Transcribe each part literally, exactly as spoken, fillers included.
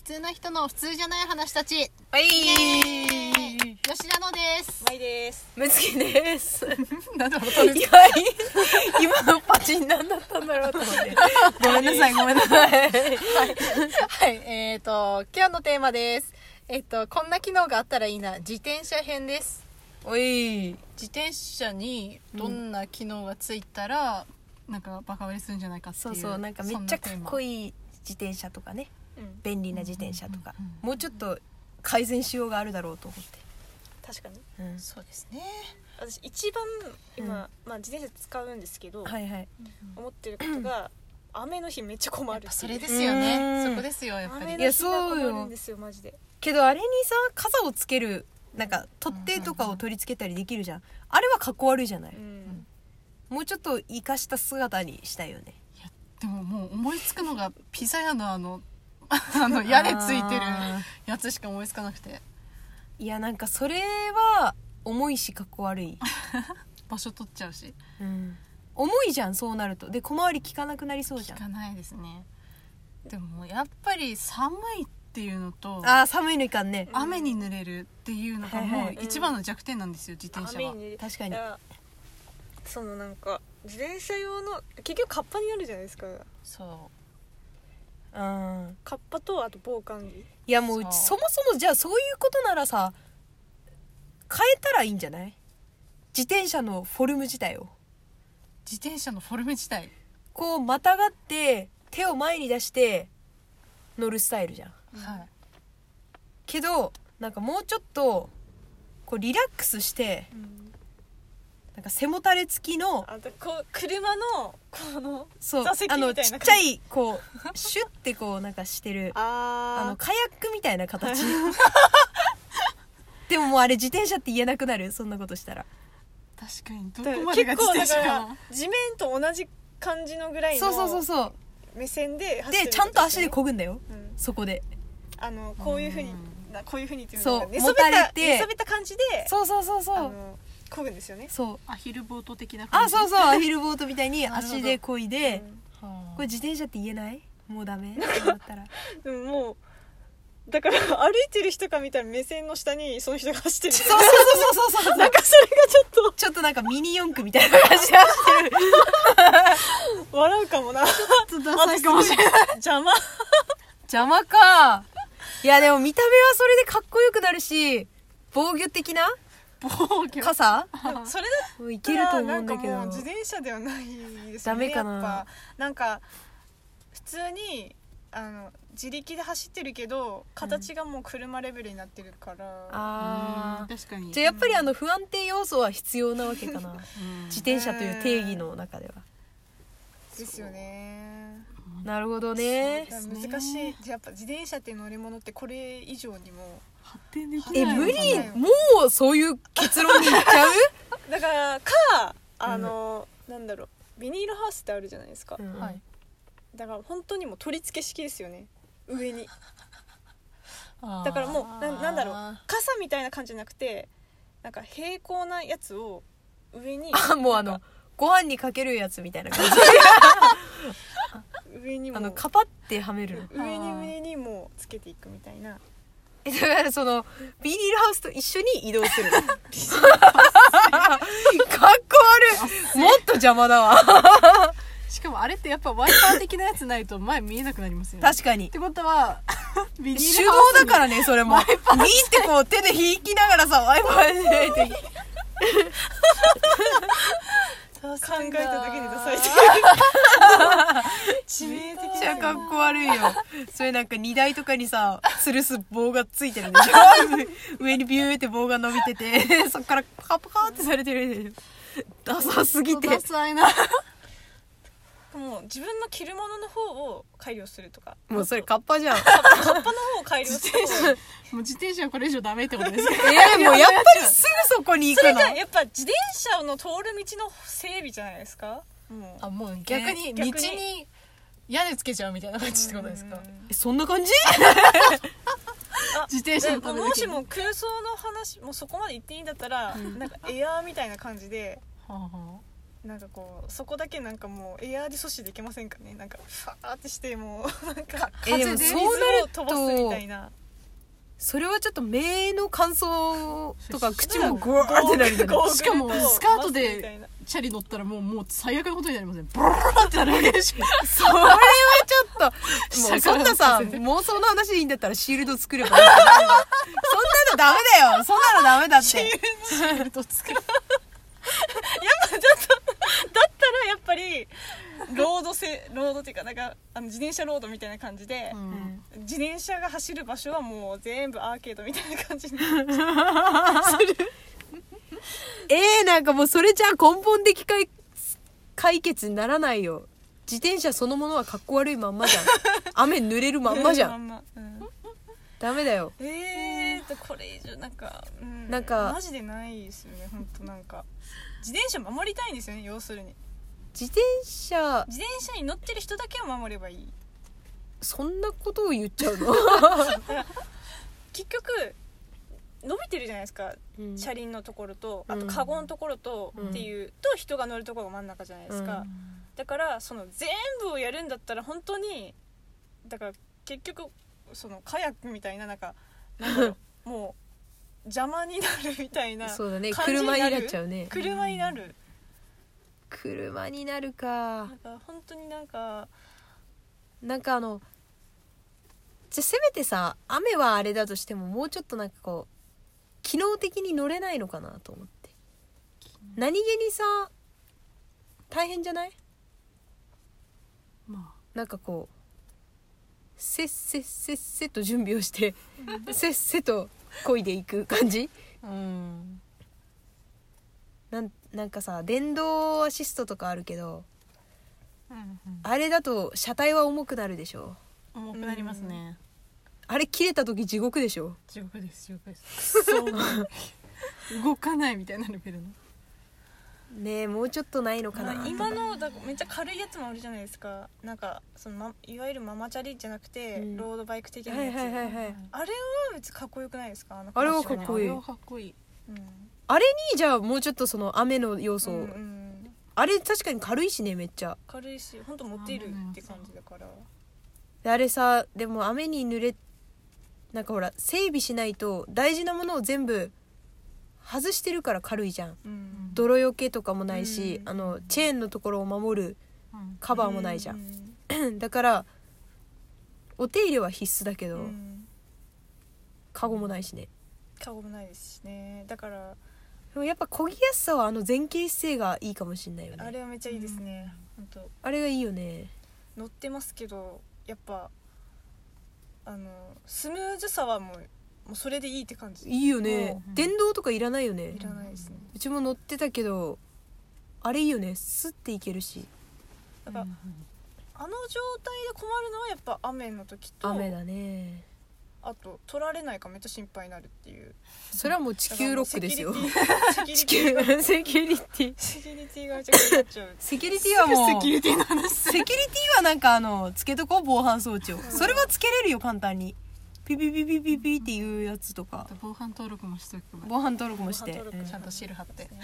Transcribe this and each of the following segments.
普通の人の普通じゃない話たち。 はい吉田のです。 まいです。 むつきですなんで笑ったんですか？ 今のパチン何だったんだろうと思ってごめんなさいごめんなさいはい、 はい、えーと今日のテーマです。えっとこんな機能があったらいいな、自転車編です。 おい、 自転車にどんな機能がついたら、うん、なんかバカ売れするんじゃないかっていう。 そうそう、なんかめっちゃかっこいい自転車とかね、うん、便利な自転車とか、うんうんうんうん、もうちょっと改善しようがあるだろうと思って。 確かに、 うん、そうですね。 私一番今、うん、まあ、自転車使うんですけど、 はいはい、 思ってることが、うん、雨の日めっちゃ困る。 それですよね。そこですよやっぱり。 雨の日が困るんですよマジで。 けどあれにさ傘をつけるなんか取っ手とかを取り付けたりできるじゃん、うんうんうん、あれはかっこ悪いじゃない、うん、もうちょっと生かした姿にしたいよね。 いやでももう思いつくのがピザ屋のあのあの屋根ついてるやつしか思いつかなくて。 いやなんかそれは重いしかっこ悪い場所取っちゃうし、 うん、重いじゃんそうなると。で小回り効かなくなりそうじゃん。 効かないですね。でもやっぱり寒いっていうのと、 あ寒いのいかんね、 雨に濡れるっていうのがもう一番の弱点なんですよ、自転車は。 確かに。 そのなんか自転車用の結局カッパになるじゃないですか。 そう、 うん、カッパとあと防寒着。 いやもう そ, そもそもじゃあそういうことならさ変えたらいいんじゃない？自転車のフォルム自体を。 自転車のフォルム自体こうまたがって手を前に出して乗るスタイルじゃん、 うん、はい。 けどなんかもうちょっとこうリラックスして、うん、なんか背もたれ付きのあとこう車のこのそう座席みたいなあのちっちゃいこうシュッてこうなんかしてるああのカヤックみたいな形でももうあれ自転車って言えなくなる、そんなことしたら。 確かにどこまでが自転車かな。 結構だから地面と同じ感じのぐらいのそうそうそうそう目線で走ってる、ね、 でちゃんと足で漕ぐんだよ、うん、そこであのこういう風になこういう風にっていうのが寝そべった寝そべった感じでそうそうそうそうあの漕ぐんですよね。 そうアヒルボート的な感じ。 あそうそうアヒルボートみたいに足で漕いで、 うん、 これ自転車って言えない？もうダメだったらでももうだから歩いてる人から見たら目線の下にその人が走ってる。 そうそうそうそうそうなんかそれがちょっとちょっとなんかミニ四駆みたいな感じで走ってる笑うかもな。ちょっとダサいかもしれない。 邪魔邪魔か。いやでも見た目はそれでかっこよくなるし、防御的な防御傘それだいけると思うんだけど、 なんかもう自転車ではないですよね。 ダメかな。 やっぱなんか普通にあの自力で走ってるけど形がもう車レベルになってるから、うん、 あ確かに。 じゃあやっぱりあの不安定要素は必要なわけかな、うん、自転車という定義の中では。 ですよね。 なるほどね。 難しい。じゃあやっぱ自転車っていう乗り物ってこれ以上にも発展できない。 え無理。もうそういう結論にいっちゃうだからかあの、うん、なんだろうビニールハウスってあるじゃないですか、うん、はい。だから本当にもう取り付け式ですよね上に。だからもう な, なんだろう傘みたいな感じじゃなくてなんか平行なやつを上にあもうあのご飯にかけるやつみたいな感じ上にもあのカパってはめる上に上にもつけていくみたいな。 えだからそのビニールハウスと一緒に移動するかっこ悪いもっと邪魔だわしかもあれってやっぱワイパー的なやつないと前見えなくなりますよね。 確かに。 ってことはビニールハウス手動だからねそれもビーってこう手で引きながらさワイパーで開いて考えただけでダサい致命的めっちゃかっこ悪いよそれなんか荷台とかにさ吊るす棒がついてるでしょ上にビューって棒が伸びててそっからパカパカってされてるダサすぎて。 ダサいなもう自分の着るものの方を改良するとか。 もうそれカッパじゃんカッパの方を改良するもう自転車はこれ以上ダメってことですか？ いやもうやっぱりすぐそこに行くの。 それがやっぱ自転車の通る道の整備じゃないですか。 もうあもう逆に道に屋根つけちゃうみたいな感じってことですか？ えそんな感じ自転車のためだけもしも空想の話もうそこまで言っていいんだったら、うん、なんかエアーみたいな感じで、はあはあ、 なんかこうそこだけなんかもうエアーで阻止できませんかね。なんかファーってしてもうなんかえでも水そうなるを飛ばすみたいとな。 それはちょっと目の乾燥とか口もゴグワーってなるじゃない。 しかもスカートでチャリ乗ったらもうもう最悪なことになりません。ブラーってなるわけでしょ。 それはちょっともうそんなさ妄想の話でいいんだったらシールド作ればいい。そんなのダメだよ。そんなのダメだって。 シールド作る。 やっぱちょっとだったらやっぱりロードせロードっていうかなんかあの自転車ロードみたいな感じで、うん、自転車が走る場所はもう全部アーケードみたいな感じにする。 えー、なんかもうそれじゃあ根本的解解決にならないよ。自転車そのものはかっこ悪いまんまじゃん。雨濡れるまんまじゃん。まうん、ダメだよ。 えーとこれ以上なんか、うん、 なんかマジでないですよね。本当なんか自転車守りたいんですよね。要するに自転車自転車に乗ってる人だけを守ればいい。 そんなことを言っちゃうの？ 結局伸びてるじゃないですか、うん、車輪のところとあとカゴのところと、うん、っていうと人が乗るところが真ん中じゃないですか、うん、だからその全部をやるんだったら本当にだから結局そのカヤックみたいななんかなんだろうもう邪魔になるみたいなそうだね、車になっちゃうね。 車になる、 車になるか。 なんか本当になんかなんかあのじゃあせめてさ雨はあれだとしてももうちょっとなんかこう機能的に乗れないのかなと思って。何気にさ大変じゃない？まあなんかこうせっせっせっせと準備をしてせっせと漕いでいく感じ。うんなんなんかさ電動アシストとかあるけど、うんうん、あれだと車体は重くなるでしょ。 重くなりますね。 あれ切れた時地獄でしょ。 地獄です地獄です。そう動かないみたいなレベルのねえもうちょっとないのかな。 今のだめっちゃ軽いやつもあるじゃないですか。なんかその、ま、いわゆるママチャリじゃなくて、うん、ロードバイク的なやつ、はいはいはいはい、あれは別にかっこよくないですか？あのあれはかっこいい。 あれはかっこいい、 うん、あれにじゃあもうちょっとその雨の要素を、うんうん、あれ確かに軽いしね。めっちゃ軽いし本当持っているって感じだから。 であれさでも雨に濡れなんかほら整備しないと大事なものを全部外してるから軽いじゃん、うん、泥よけとかもないし、うん、あのチェーンのところを守るカバーもないじゃん、うん、だからお手入れは必須だけど、うん、カゴもないしね。 カゴもないですしね。だからでもやっぱ漕ぎやすさはあの前傾姿勢がいいかもしれないよね。 あれはめっちゃいいですね、うん、本当あれがいいよね。 乗ってますけどやっぱあのスムーズさはもう、もうそれでいいって感じ。 いいよね、うん、電動とかいらないよね。 いらないですね。 うちも乗ってたけどあれいいよね。スッていけるし。 だから、うん、あの状態で困るのはやっぱ雨の時と雨だね。 あと取られないかめっちゃ心配になるっていう。 それはもう地球ロックですよ。 地球セキュリティセキュリティがめっちゃ気になっちゃう。 セキュリティはもうセキュリティの話。 セキュリティはなんかあのつけとこう防犯装置を。それはつけれるよ簡単に。ピピピピピピっていうやつとか。 防犯登録もしておく。 防犯登録もして、 ちゃんとシール貼って。うん、そう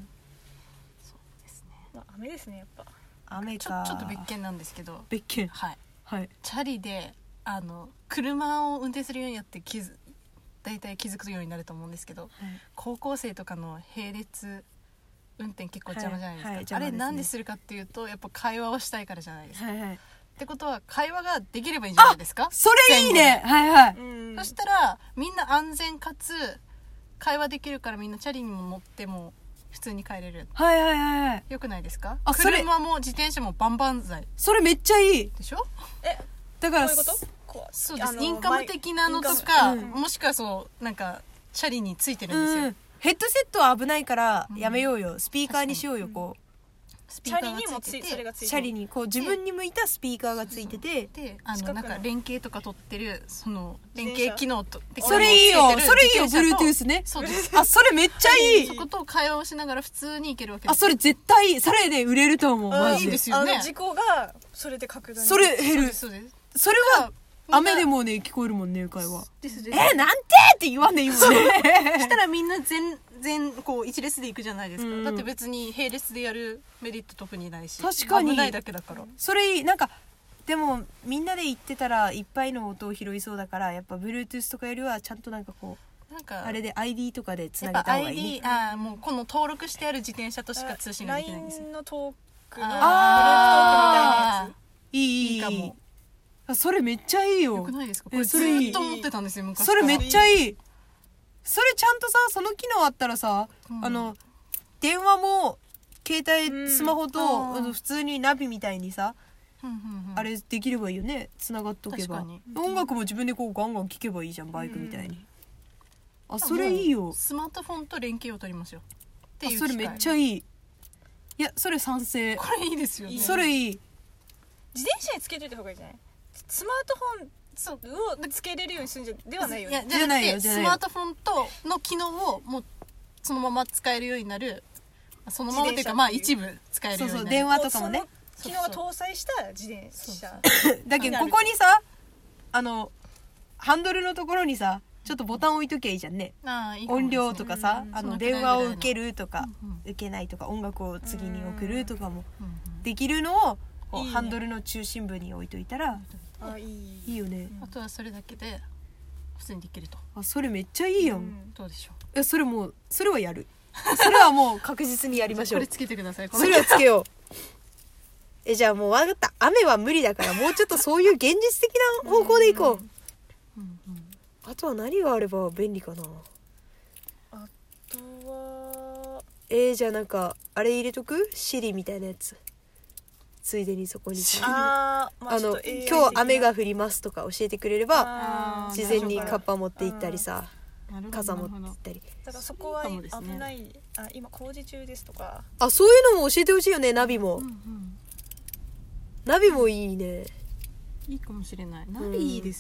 ですね。まあ雨ですねやっぱ。 雨か。 ちょっと別件なんですけど。 別件。 はいはい。 チャリであの車を運転するようになって気づ大体気づくようになると思うんですけど、はい、高校生とかの並列運転結構邪魔じゃないですか、はいはい、あれなんでするかっていうとやっぱ会話をしたいからじゃないですか、はいはい、ってことは会話ができればいいんじゃないですか。 それいいね。はいはい。 そしたらみんな安全かつ会話できるからみんなチャリにも乗っても普通に帰れる。 はいはいはい。 よくないですか。あ、車も自転車もバンバン剤。 それめっちゃいいでしょ。 えだからこういうこと。 そうです。インカム的なのとか、うん、もしくはそうなんかチャリについてるんですよ、うん、 ヘッドセットは危ないからやめようよ、うん、スピーカーにしようよ。こうスピーカーがついてて、それがついてて、 チャリにこう自分に向いたスピーカーがついてて、 であのなんか連携とか取ってるその連携機能とそれいいよ。それいいよ。 Bluetooth ね。そうです。あ、それめっちゃいい。 そこと会話をしながら普通に行けるわけです。 あ、それ絶対いい。それで売れると思う。マジで。 いいですよね。 あの事故がそれで格段にそれ減る。 そうです。 それは雨でもね聞こえるもんね会話。 ですです。えなんてって言わんでいいもんね。 したらみんな全全こう一列で行くじゃないですか、 うん、 だって別に並列でやるメリット特にないし、 確かに危ないだけだから。 それいい。なんかでもみんなで行ってたらいっぱいの音を拾いそうだから、やっぱ Bluetooth とかよりはちゃんとなんかこうなんかあれで アイディー とかでつなげた方がいい、ね、 やっぱ アイディー、あもうこの登録してある自転車としか通信ができないんですよ。 ライン のトークのあグループトークみたいなやつ。 いいいいいいかも。 あそれめっちゃいいよ。 よくないですか？これずそれいいっと思ってたんですよ昔そから。 れめっちゃいい。それちゃんとさ、その機能あったらさ、うん、あの電話も携帯スマホと、うん、普通にナビみたいにさ、うんうんうん、あれできればいいよね。つながっとけば音楽も自分でこうガンガン聴けばいいじゃん、バイクみたいに、うん、あそれいいよ。 スマートフォンと連携を取りますよっていう機あそれめっちゃいい。いやそれ賛成。 これいいですよね。 それいい。 自転車につけといた方がいいじゃない。スマートフォンをつけれるようにするんじゃではないよね。 じゃなくてスマートフォンとの機能をもうそのまま使えるようになる。そのままというかまあ一部使えるようになる。 そうそう電話とかもね。 機能が搭載した自転車だけどここにさ、あのハンドルのところにさちょっとボタン置いときゃいいじゃんね。あいい音量とかさ、うんうん、あの電話を受けるとか、うんうん、受けないとか音楽を次に送るとかもできるのをこういい、ね、ハンドルの中心部に置いといたらあいい、 いいよね。 あとはそれだけで普通にできると。 あそれめっちゃいいやん、うん、 どうでしょう。 いやそれもうそれはやるそれはもう確実にやりましょう。 これつけてください。 それはつけようえじゃあもう分かった。雨は無理だからもうちょっとそういう現実的な方向でいこう、うんうんうん、あとは何があれば便利かな。 あとはえー、じゃあなんかあれ入れとく？シリみたいなやつついでにそこにあ、まあ、 あの今日雨が降りますとか教えてくれれば事前にカッパ持って行ったりさ傘持って行ったり。 だからそこは危ない、あ今工事中ですとか、 あそういうのも教えてほしいよね。ナビも、うんうん、ナビもいいね。 いいかもしれない。ナビいいです